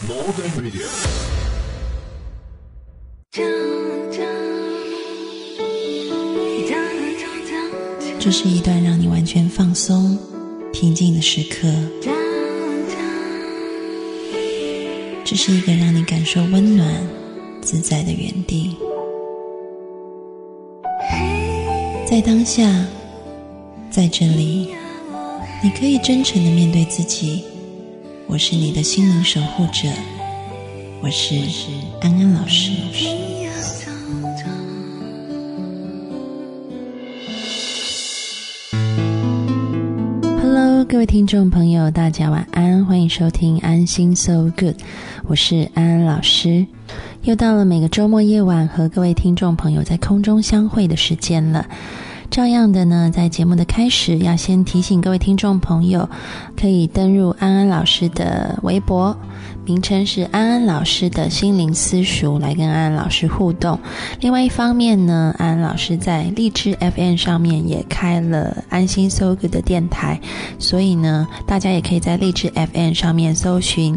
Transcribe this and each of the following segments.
Modern Radio。 这是一段让你完全放松、平静的时刻。这是一个让你感受温暖、自在的园地。在当下，在这里，你可以真诚地面对自己。我是你的心灵守护者，我是安安老师。Hello， 各位听众朋友，大家晚安，欢迎收听安心 So Good， 我是安安老师。又到了每个周末夜晚和各位听众朋友在空中相会的时间了。照样的呢，在节目的开始要先提醒各位听众朋友，可以登入安安老师的微博，名称是安安老师的心灵私塾，来跟安安老师互动。另外一方面呢，安安老师在荔枝 FM 上面也开了安心 So Good 的电台，所以呢，大家也可以在荔枝 FM 上面搜寻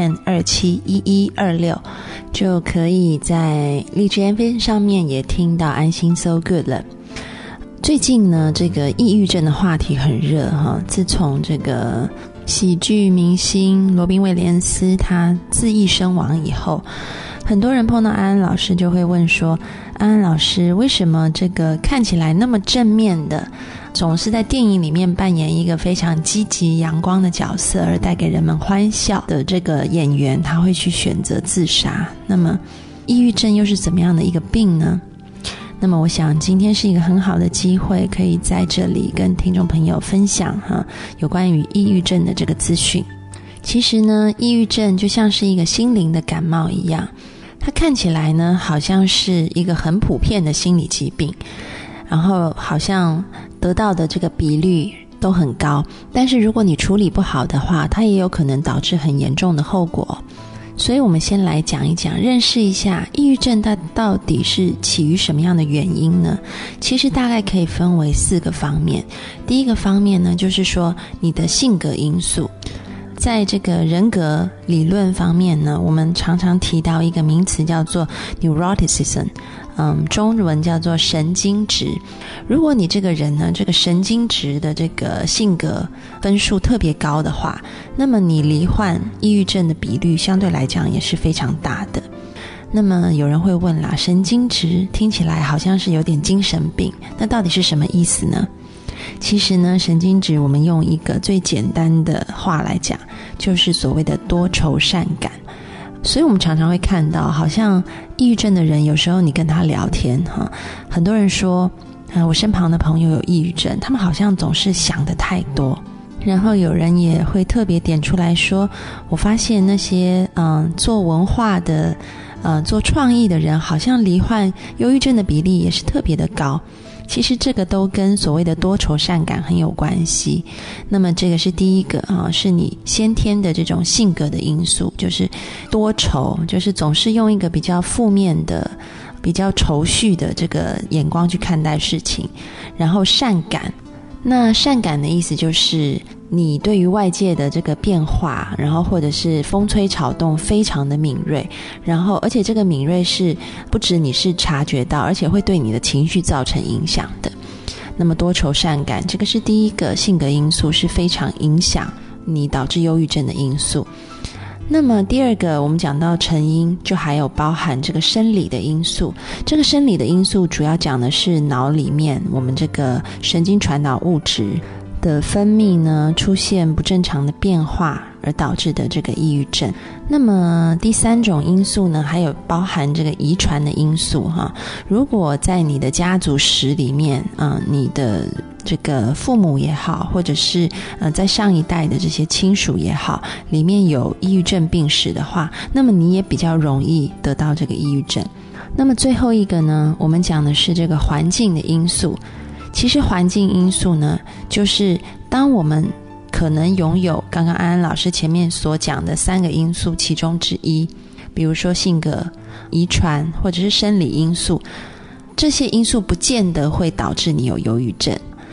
FM271126，就可以在荔枝 FM 上面也听到安心 So Good 了。最近呢，这个抑郁症的话题很热哈。自从这个喜剧明星罗宾威廉斯他自缢身亡以后，很多人碰到安安老师就会问说，安安老师，为什么这个看起来那么正面的，总是在电影里面扮演一个非常积极阳光的角色而带给人们欢笑的这个演员，他会去选择自杀？那么抑郁症又是怎么样的一个病呢？那么我想今天是一个很好的机会，可以在这里跟听众朋友分享有关于抑郁症的这个资讯。其实呢，抑郁症就像是一个心灵的感冒一样，它看起来呢好像是一个很普遍的心理疾病，然后好像得到的这个比率都很高，但是如果你处理不好的话，它也有可能导致很严重的后果。所以我们先来讲一讲，认识一下抑郁症它到底是起于什么样的原因呢？其实大概可以分为4个方面。第一个方面呢，就是说你的性格因素。在这个人格理论方面呢，我们常常提到一个名词叫做 neuroticism，中文叫做神经质。如果你这个人呢，这个神经质的这个性格分数特别高的话，那么你罹患抑郁症的比率相对来讲也是非常大的。那么有人会问啦，神经质听起来好像是有点精神病，那到底是什么意思呢？其实呢，神经质我们用一个最简单的话来讲，就是所谓的多愁善感。所以我们常常会看到，好像抑郁症的人，有时候你跟他聊天很多人说我身旁的朋友有抑郁症，他们好像总是想得太多。然后有人也会特别点出来说，我发现那些做文化的做创意的人，好像罹患忧郁症的比例也是特别的高。其实这个都跟所谓的多愁善感很有关系。那么这个是第一个是你先天的这种性格的因素，就是多愁，就是总是用一个比较负面的、比较愁绪的这个眼光去看待事情。然后善感，那善感的意思就是你对于外界的这个变化，然后或者是风吹草动非常的敏锐，然后而且这个敏锐是不止你是察觉到，而且会对你的情绪造成影响的。那么多愁善感，这个是第一个性格因素，是非常影响你导致忧郁症的因素。那么第二个，我们讲到成因，就还有包含这个生理的因素。这个生理的因素主要讲的是脑里面我们这个神经传导物质的分泌呢出现不正常的变化而导致的这个抑郁症。那么第三种因素呢，还有包含这个遗传的因素如果在你的家族史里面你的这个父母也好，或者是在上一代的这些亲属也好，里面有抑郁症病史的话，那么你也比较容易得到这个抑郁症。那么最后一个呢，我们讲的是这个环境的因素。其实环境因素呢，就是当我们可能拥有刚刚安安老师前面所讲的3个因素其中之一，比如说性格、遗传或者是生理因素，这些因素不见得会导致你有忧郁症，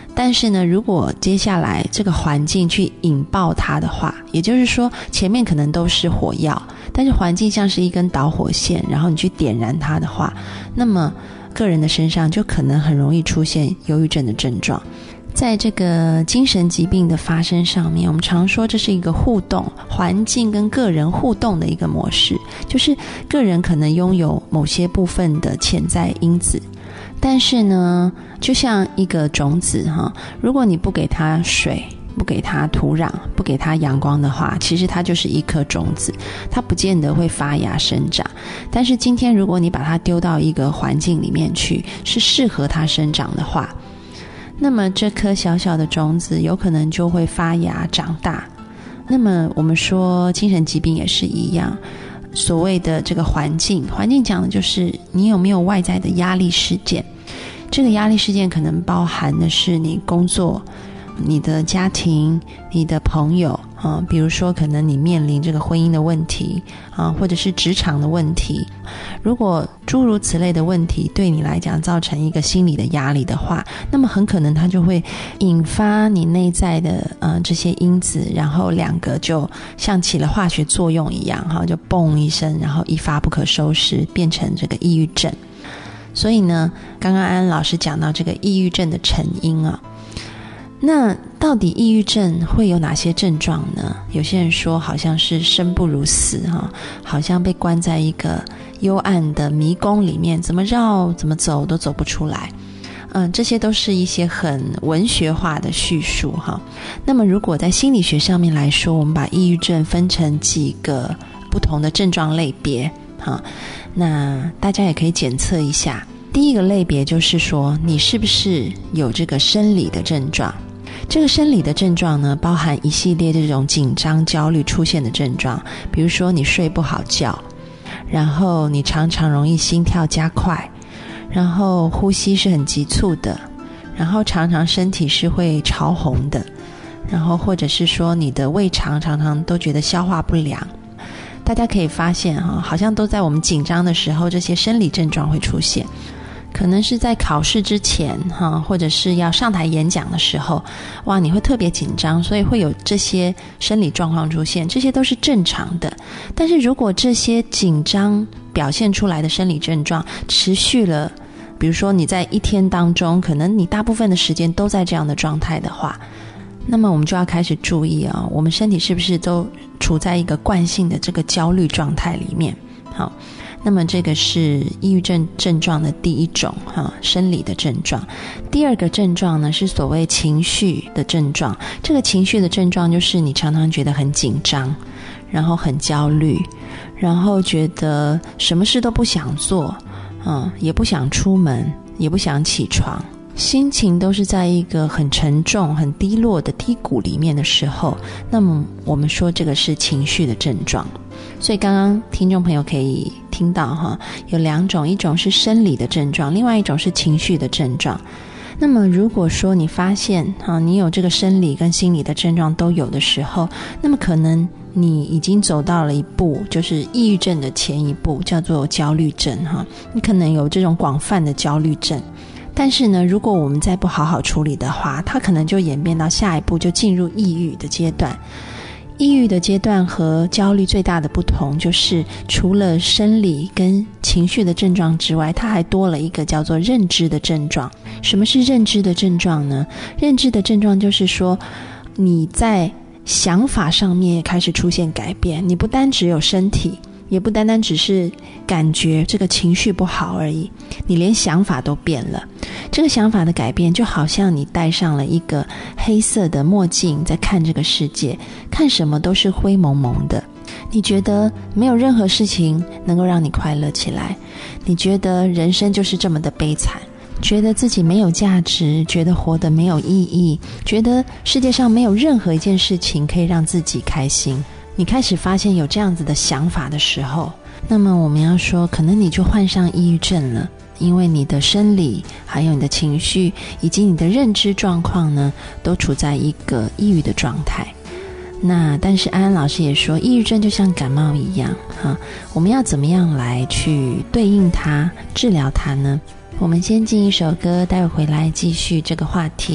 但是呢，如果接下来这个环境去引爆它的话，也就是说前面可能都是火药，但是环境像是一根导火线，然后你去点燃它的话，那么个人的身上就可能很容易出现忧郁症的症状。在这个精神疾病的发生上面，我们常说这是一个互动，环境跟个人互动的一个模式，就是个人可能拥有某些部分的潜在因子，但是呢，就像一个种子如果你不给它水，不给它土壤，不给它阳光的话，其实它就是一颗种子，它不见得会发芽生长。但是今天如果你把它丢到一个环境里面去，是适合它生长的话，那么这颗小小的种子有可能就会发芽长大。那么我们说精神疾病也是一样，所谓的这个环境讲的就是你有没有外在的压力事件。这个压力事件可能包含的是你工作、你的家庭、你的朋友比如说可能你面临这个婚姻的问题或者是职场的问题。如果诸如此类的问题对你来讲造成一个心理的压力的话，那么很可能它就会引发你内在的这些因子，然后两个就像起了化学作用一样就嘣一声，然后一发不可收拾，变成这个抑郁症。所以呢，刚刚安安老师讲到这个抑郁症的成因那到底抑郁症会有哪些症状呢？有些人说好像是生不如死好像被关在一个幽暗的迷宫里面，怎么绕怎么走都走不出来。这些都是一些很文学化的叙述那么如果在心理学上面来说，我们把抑郁症分成几个不同的症状类别那大家也可以检测一下。第一个类别就是说，你是不是有这个生理的症状。这个生理的症状呢，包含一系列这种紧张焦虑出现的症状，比如说你睡不好觉，然后你常常容易心跳加快，然后呼吸是很急促的，然后常常身体是会潮红的，然后或者是说你的胃肠常常都觉得消化不良。大家可以发现好像都在我们紧张的时候，这些生理症状会出现。可能是在考试之前或者是要上台演讲的时候，哇，你会特别紧张，所以会有这些生理状况出现，这些都是正常的。但是如果这些紧张表现出来的生理症状持续了，比如说你在一天当中，可能你大部分的时间都在这样的状态的话，那么我们就要开始注意我们身体是不是都处在一个惯性的这个焦虑状态里面。好，那么这个是抑郁症症状的第一种生理的症状。第二个症状呢，是所谓情绪的症状。这个情绪的症状就是你常常觉得很紧张，然后很焦虑，然后觉得什么事都不想做也不想出门，也不想起床，心情都是在一个很沉重很低落的低谷里面的时候，那么我们说这个是情绪的症状。所以刚刚听众朋友可以听到有两种，一种是生理的症状，另外一种是情绪的症状。那么如果说你发现你有这个生理跟心理的症状都有的时候，那么可能你已经走到了一步，就是抑郁症的前一步，叫做焦虑症你可能有这种广泛的焦虑症。但是呢，如果我们再不好好处理的话，它可能就演变到下一步，就进入抑郁的阶段。抑郁的阶段和焦虑最大的不同就是，除了生理跟情绪的症状之外，它还多了一个叫做认知的症状。什么是认知的症状呢？认知的症状就是说，你在想法上面开始出现改变，你不单只有身体，也不单单只是感觉这个情绪不好而已，你连想法都变了。这个想法的改变就好像你戴上了一个黑色的墨镜，在看这个世界，看什么都是灰蒙蒙的，你觉得没有任何事情能够让你快乐起来，你觉得人生就是这么的悲惨，觉得自己没有价值，觉得活得没有意义，觉得世界上没有任何一件事情可以让自己开心。你开始发现有这样子的想法的时候，那么我们要说，可能你就患上抑郁症了，因为你的生理还有你的情绪以及你的认知状况呢，都处在一个抑郁的状态。那但是安安老师也说，抑郁症就像感冒一样我们要怎么样来去对应它，治疗它呢？我们先进一首歌，待会回来继续这个话题。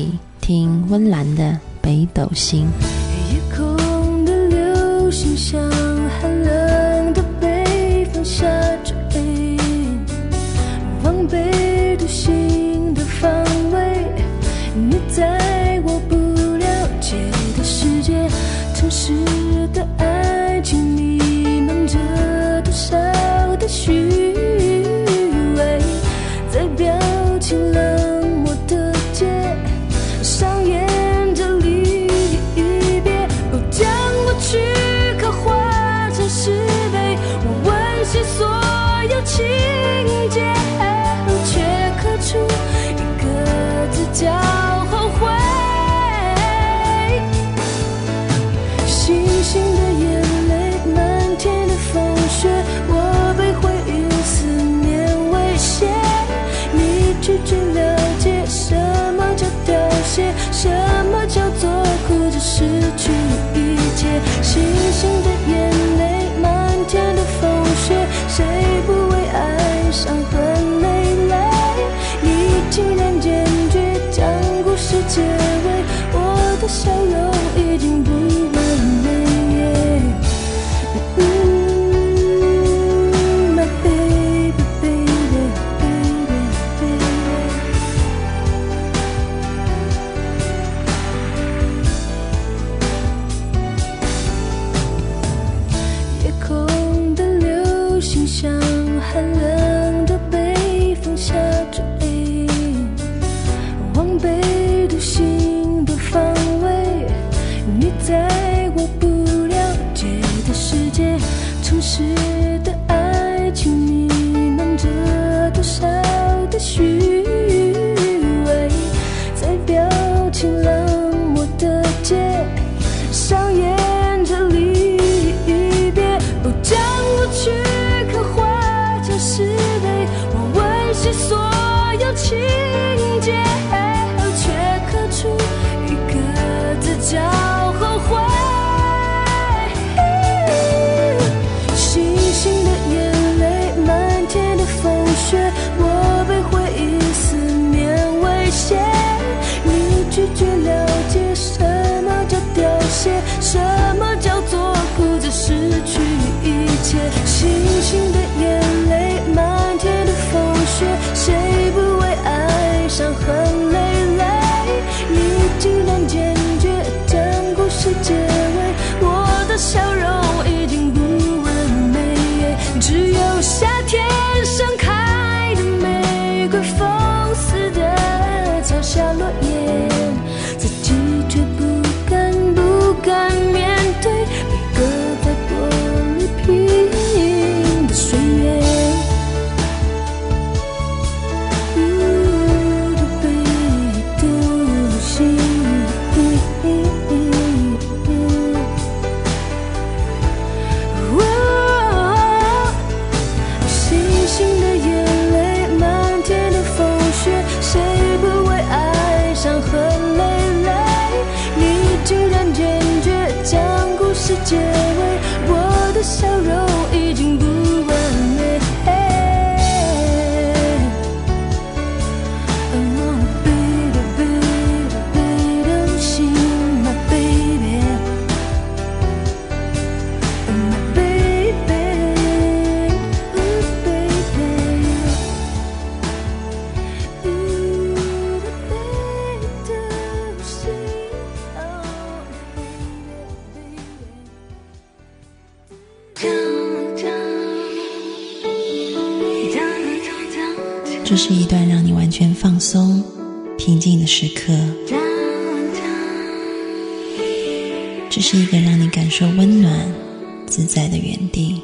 听温岚的《北斗星》。 夜空的流星像寒冷的北风下坠，往北独行的方位，你在我不了解的世界，城市的爱情弥漫着多少的虚伪，在表情冷漠的街上演着离别，将过去刻画成石碑，我温习所有情节，却刻出一个字叫后悔。星星的眼泪，满天的风雪，我被回忆思念威胁，你拒绝了解什么叫凋谢，什么叫做哭着失去一切。星星的眼泪，满天的风雪，谁不为爱伤痕累累？你竟然坚决将故事结尾，我的笑容已经不完美。My baby, baby, baby, baby。夜空的流星像寒冷的北风下坠，往北独行的方位，你在我不了解的世界，城市的爱情弥漫着多少的虚伪，在表情冷漠的街上演着离别，将过去刻画成石碑，我温习所有情节，却刻出一个字叫后悔。星星的眼泪，满天的风雪，我被回忆思念威胁，你拒绝了解什么叫凋谢，什么叫做哭着失去一切。星星的眼泪，满天的风雪，谁不为爱伤痕累累？你竟然坚决将故事结尾，我的笑容已经不完美，只有夏天盛开的玫瑰，风似的朝下落叶，自己却不敢面对每个在玻璃瓶的岁月。星星的眼泪，满天的风雪，谁不为爱伤痕累累？你竟然坚决将故事结尾，我的笑容已经不完美。I wanna be the baby, baby, sing my baby, my baby, ooh baby, ooh the baby, sing, oh baby, baby。 这是一段让你完全放松、平静的时刻，这是一个让你感受温暖、自在的园地。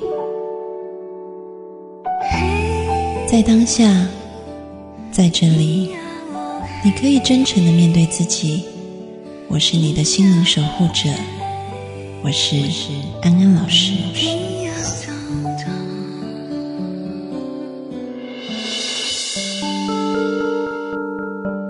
在当下，在这里，你可以真诚地面对自己。我是你的心灵守护者，我是安安老师。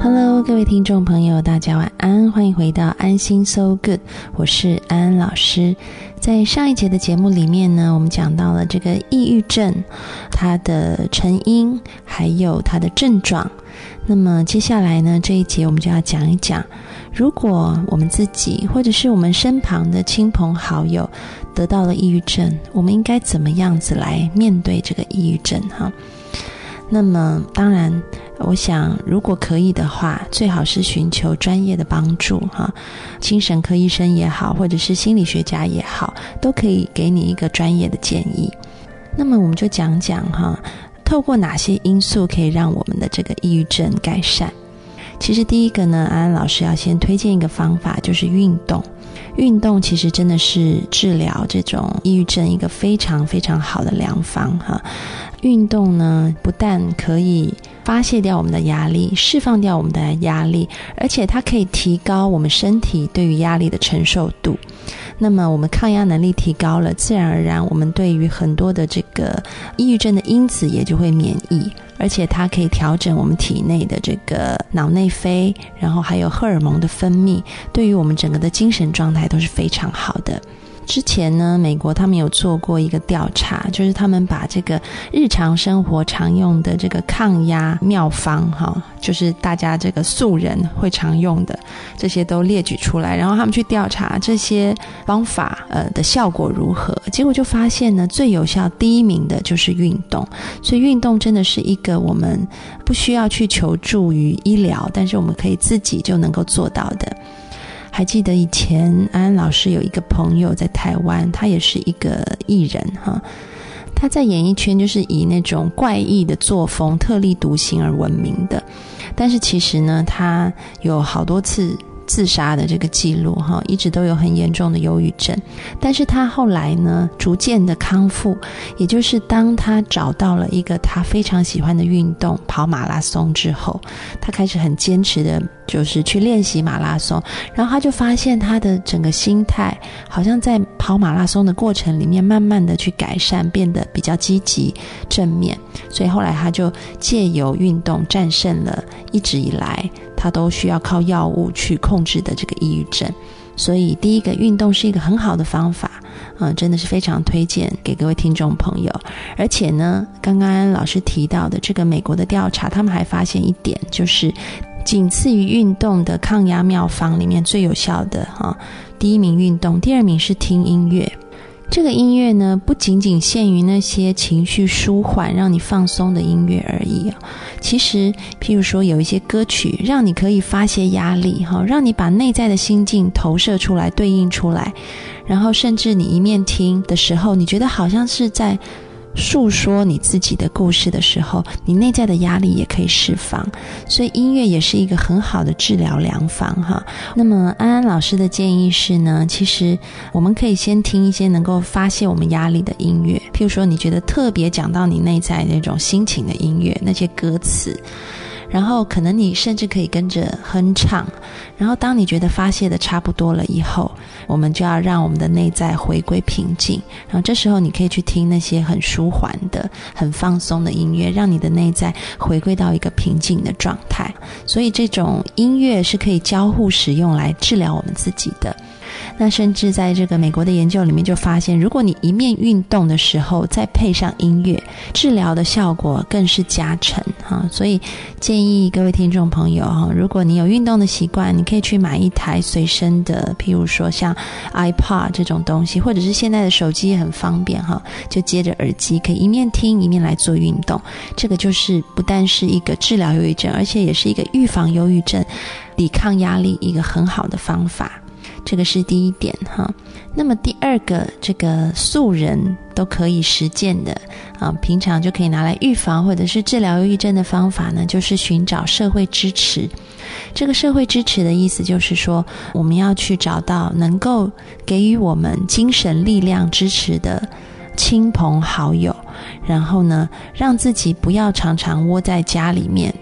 Hello， 各位听众朋友，大家晚安，欢迎回到安心 So Good， 我是安安老师。在上一节的节目里面呢，我们讲到了这个抑郁症，它的成因，还有它的症状。那么接下来呢，这一节我们就要讲一讲，如果我们自己或者是我们身旁的亲朋好友得到了抑郁症，我们应该怎么样子来面对这个抑郁症哈？那么当然我想如果可以的话，最好是寻求专业的帮助哈，精神科医生也好，或者是心理学家也好，都可以给你一个专业的建议。那么我们就讲讲哈，透过哪些因素可以让我们的这个抑郁症改善。其实第一个呢，安安老师要先推荐一个方法，就是运动。运动其实真的是治疗这种抑郁症一个非常非常好的良方哈。运动呢，不但可以发泄掉我们的压力，释放掉我们的压力，而且它可以提高我们身体对于压力的承受度。那么我们抗压能力提高了，自然而然我们对于很多的这个抑郁症的因子也就会免疫，而且它可以调整我们体内的这个脑内啡，然后还有荷尔蒙的分泌，对于我们整个的精神状态都是非常好的。之前呢，美国他们有做过一个调查，就是他们把这个日常生活常用的这个抗压妙方就是大家这个素人会常用的这些都列举出来，然后他们去调查这些方法的效果如何，结果就发现呢，最有效第一名的就是运动。所以运动真的是一个我们不需要去求助于医疗，但是我们可以自己就能够做到的。还记得以前安安老师有一个朋友在台湾，他也是一个艺人哈，他在演艺圈就是以那种怪异的作风特立独行而闻名的，但是其实呢，他有好多次自杀的这个记录哈，一直都有很严重的忧郁症。但是他后来呢，逐渐的康复，也就是当他找到了一个他非常喜欢的运动跑马拉松之后，他开始很坚持的就是去练习马拉松，然后他就发现他的整个心态好像在跑马拉松的过程里面慢慢的去改善，变得比较积极正面。所以后来他就借由运动战胜了一直以来他都需要靠药物去控制的这个抑郁症。所以第一个，运动是一个很好的方法，真的是非常推荐给各位听众朋友。而且呢，刚刚老师提到的这个美国的调查，他们还发现一点，就是仅次于运动的抗压妙方里面最有效的第一名运动，第二名是听音乐。这个音乐呢，不仅仅限于那些情绪舒缓让你放松的音乐而已其实譬如说有一些歌曲让你可以发泄压力让你把内在的心境投射出来，对应出来，然后甚至你一面听的时候，你觉得好像是在诉说你自己的故事的时候，你内在的压力也可以释放。所以音乐也是一个很好的治疗良方那么安安老师的建议是呢，其实我们可以先听一些能够发泄我们压力的音乐，譬如说你觉得特别讲到你内在那种心情的音乐，那些歌词，然后可能你甚至可以跟着哼唱，然后当你觉得发泄的差不多了以后，我们就要让我们的内在回归平静，然后这时候你可以去听那些很舒缓的很放松的音乐，让你的内在回归到一个平静的状态。所以这种音乐是可以交互使用来治疗我们自己的。那甚至在这个美国的研究里面就发现，如果你一面运动的时候再配上音乐，治疗的效果更是加成所以建议各位听众朋友如果你有运动的习惯，你可以去买一台随身的，譬如说像 iPod 这种东西，或者是现在的手机也很方便就接着耳机，可以一面听一面来做运动。这个就是不但是一个治疗忧郁症，而且也是一个预防忧郁症、抵抗压力一个很好的方法。这个是第一点那么第二个，这个素人都可以实践的平常就可以拿来预防或者是治疗忧郁症的方法呢，就是寻找社会支持。这个社会支持的意思就是说，我们要去找到能够给予我们精神力量支持的亲朋好友，然后呢，让自己不要常常窝在家里面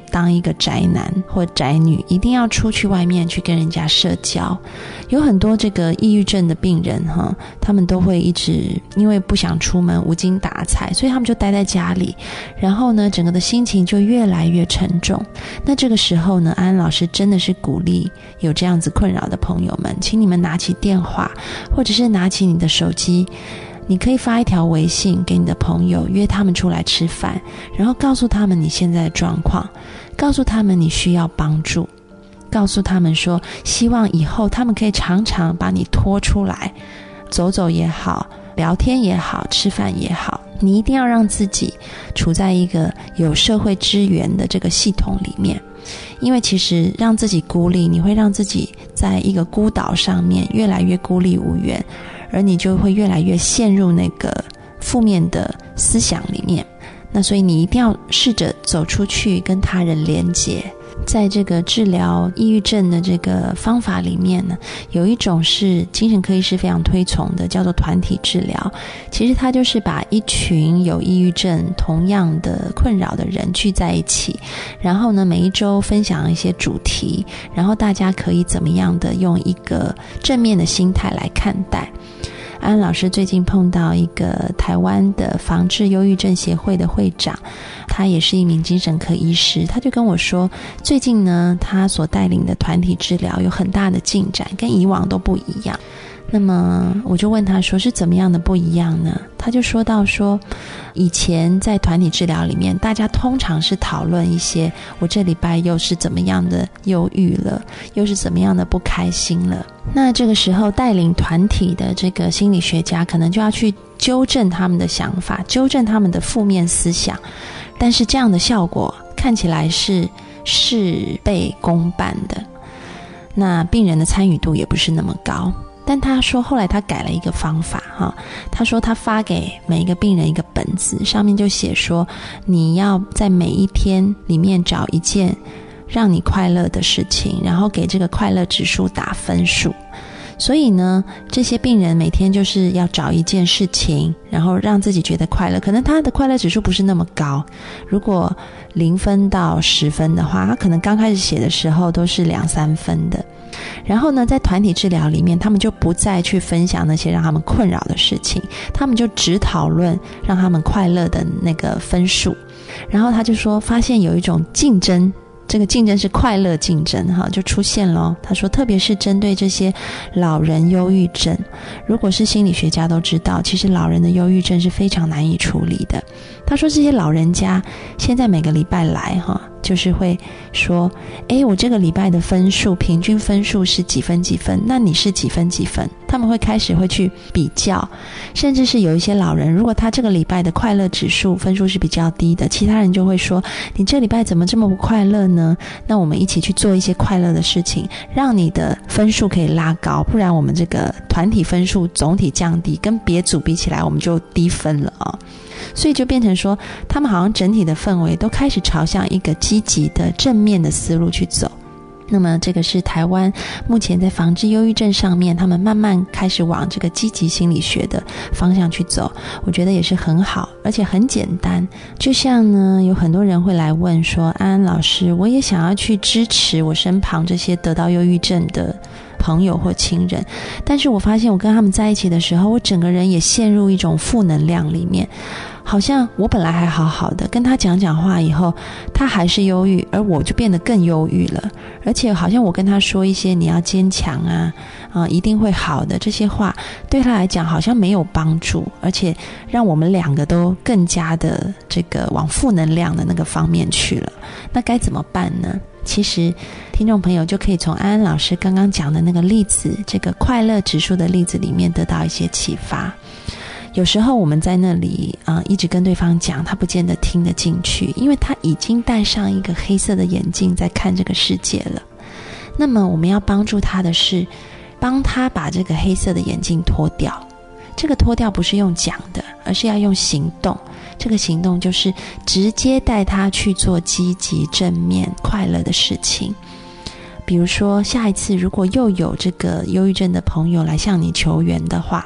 当一个宅男或宅女，一定要出去外面去跟人家社交。有很多这个抑郁症的病人他们都会一直因为不想出门无精打采，所以他们就待在家里，然后呢整个的心情就越来越沉重。那这个时候呢，安安老师真的是鼓励有这样子困扰的朋友们，请你们拿起电话或者是拿起你的手机，你可以发一条微信给你的朋友，约他们出来吃饭，然后告诉他们你现在的状况，告诉他们你需要帮助，告诉他们说希望以后他们可以常常把你拖出来，走走也好，聊天也好，吃饭也好，你一定要让自己处在一个有社会支援的这个系统里面。因为其实让自己孤立，你会让自己在一个孤岛上面越来越孤立无援，而你就会越来越陷入那个负面的思想里面。那所以你一定要试着走出去跟他人连结。在这个治疗抑郁症的这个方法里面呢，有一种是精神科医师非常推崇的，叫做团体治疗。其实它就是把一群有抑郁症同样的困扰的人聚在一起，然后呢每一周分享一些主题，然后大家可以怎么样的用一个正面的心态来看待。安安老师最近碰到一个台湾的防治忧郁症协会的会长，他也是一名精神科医师，他就跟我说，最近呢他所带领的团体治疗有很大的进展，跟以往都不一样。那么我就问他说是怎么样的不一样呢？他就说到说，以前在团体治疗里面，大家通常是讨论一些我这礼拜又是怎么样的忧郁了，又是怎么样的不开心了。那这个时候带领团体的这个心理学家可能就要去纠正他们的想法，纠正他们的负面思想，但是这样的效果看起来是事倍功半的，那病人的参与度也不是那么高。但他说后来他改了一个方法他说他发给每一个病人一个本子，上面就写说你要在每一天里面找一件让你快乐的事情，然后给这个快乐指数打分数。所以呢，这些病人每天就是要找一件事情，然后让自己觉得快乐。可能他的快乐指数不是那么高，如果0分到10分的话，他可能刚开始写的时候都是2-3分的。然后呢，在团体治疗里面，他们就不再去分享那些让他们困扰的事情，他们就只讨论让他们快乐的那个分数。然后他就说发现有一种竞争，这个竞争是快乐竞争就出现了。他说特别是针对这些老人忧郁症，如果是心理学家都知道，其实老人的忧郁症是非常难以处理的。他说这些老人家现在每个礼拜来就是会说我这个礼拜的分数平均分数是几分几分，那你是几分几分，他们会开始会去比较。甚至是有一些老人，如果他这个礼拜的快乐指数分数是比较低的，其他人就会说你这礼拜怎么这么不快乐呢？那我们一起去做一些快乐的事情，让你的分数可以拉高，不然我们这个团体分数总体降低，跟别组比起来我们就低分了所以就变成说他们好像整体的氛围都开始朝向一个积极的正面的思路去走。那么这个是台湾目前在防治忧郁症上面，他们慢慢开始往这个积极心理学的方向去走，我觉得也是很好，而且很简单。就像呢，有很多人会来问说，安安老师，我也想要去支持我身旁这些得到忧郁症的朋友或亲人，但是我发现我跟他们在一起的时候，我整个人也陷入一种负能量里面，好像我本来还好好的，跟他讲话以后，他还是忧郁，而我就变得更忧郁了。而且好像我跟他说一些你要坚强一定会好的这些话，对他来讲好像没有帮助，而且让我们两个都更加的这个往负能量的那个方面去了。那该怎么办呢？其实听众朋友就可以从安安老师刚刚讲的那个例子，这个快乐指数的例子里面得到一些启发。有时候我们在那里一直跟对方讲，他不见得听得进去，因为他已经戴上一个黑色的眼镜在看这个世界了。那么我们要帮助他的是帮他把这个黑色的眼镜脱掉。这个脱掉不是用讲的，而是要用行动。这个行动就是直接带他去做积极正面快乐的事情。比如说下一次如果又有这个忧郁症的朋友来向你求援的话，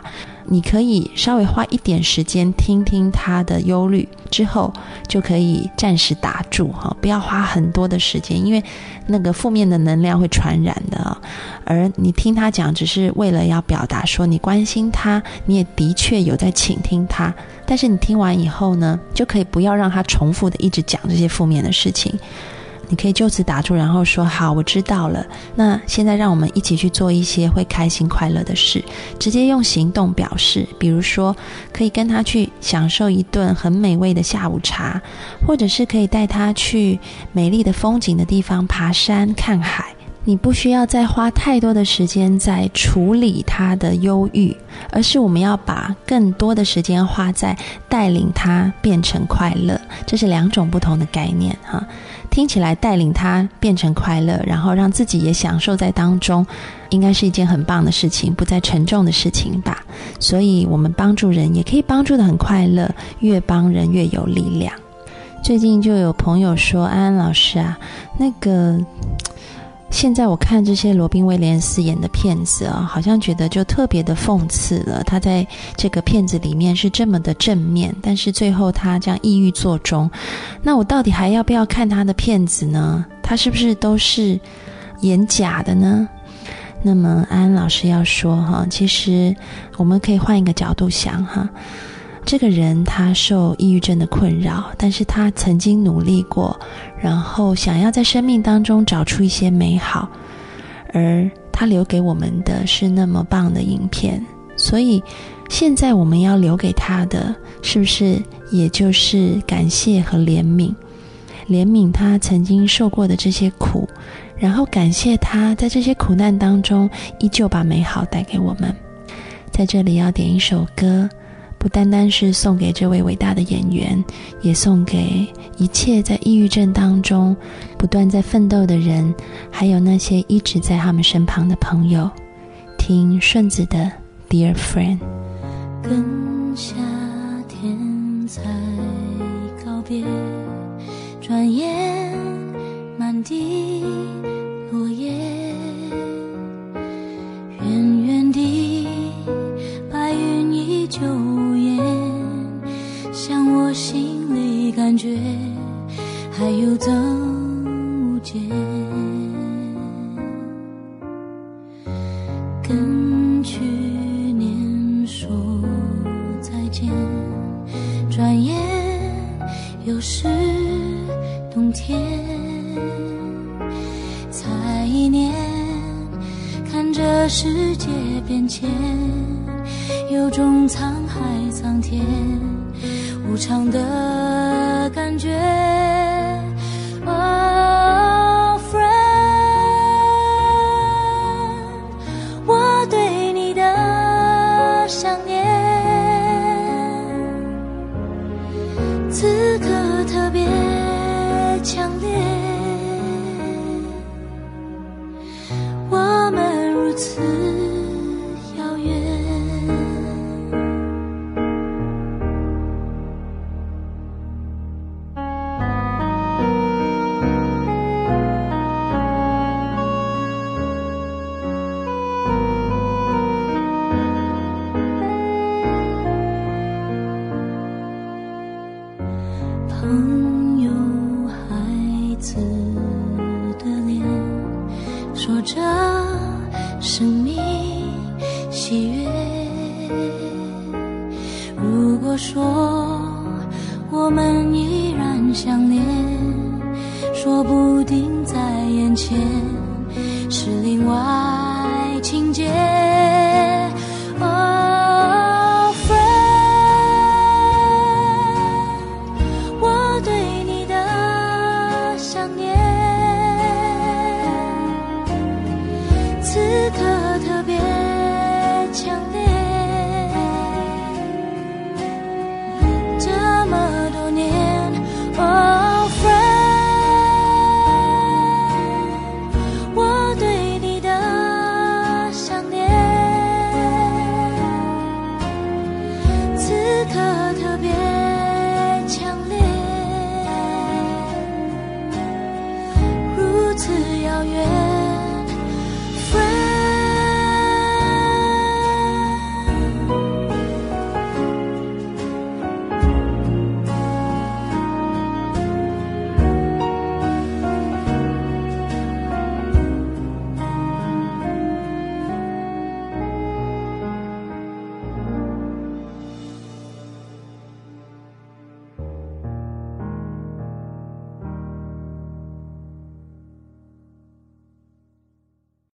你可以稍微花一点时间听听他的忧虑，之后就可以暂时打住，不要花很多的时间，因为那个负面的能量会传染的。而你听他讲只是为了要表达说你关心他，你也的确有在倾听他，但是你听完以后呢，就可以不要让他重复的一直讲这些负面的事情，你可以就此打住，然后说好，我知道了，那现在让我们一起去做一些会开心快乐的事，直接用行动表示，比如说可以跟他去享受一顿很美味的下午茶，或者是可以带他去美丽的风景的地方爬山看海。你不需要再花太多的时间在处理他的忧郁，而是我们要把更多的时间花在带领他变成快乐，这是两种不同的概念哈。听起来带领他变成快乐，然后让自己也享受在当中，应该是一件很棒的事情，不再沉重的事情吧。所以我们帮助人也可以帮助得很快乐，越帮人越有力量。最近就有朋友说，安安老师啊，现在我看这些罗宾威廉斯演的片子啊，好像觉得就特别的讽刺了。他在这个片子里面是这么的正面，但是最后他这样抑郁作终。那我到底还要不要看他的片子呢？他是不是都是演假的呢？那么安安老师要说哈，其实我们可以换一个角度想哈。这个人他受抑郁症的困扰，但是他曾经努力过，然后想要在生命当中找出一些美好，而他留给我们的是那么棒的影片。所以现在我们要留给他的，是不是也就是感谢和怜悯？怜悯他曾经受过的这些苦，然后感谢他在这些苦难当中依旧把美好带给我们。在这里要点一首歌，不单单是送给这位伟大的演员，也送给一切在抑郁症当中不断在奋斗的人，还有那些一直在他们身旁的朋友。听顺子的 Dear Friend。 跟夏天才告别，转眼满地落叶，远远地白云依旧烟，像我心里感觉还有增无减。跟去年说再见，转眼又是冬天。才一年，看着世界变迁，有种沧海桑田无常的感觉。Oh friend， 我对你的想念，此刻特别强烈。我们如此遥远。朋友孩子的脸，说着生命喜悦。如果说我们依然相恋，说不定在眼前是另外情节。如此遥远。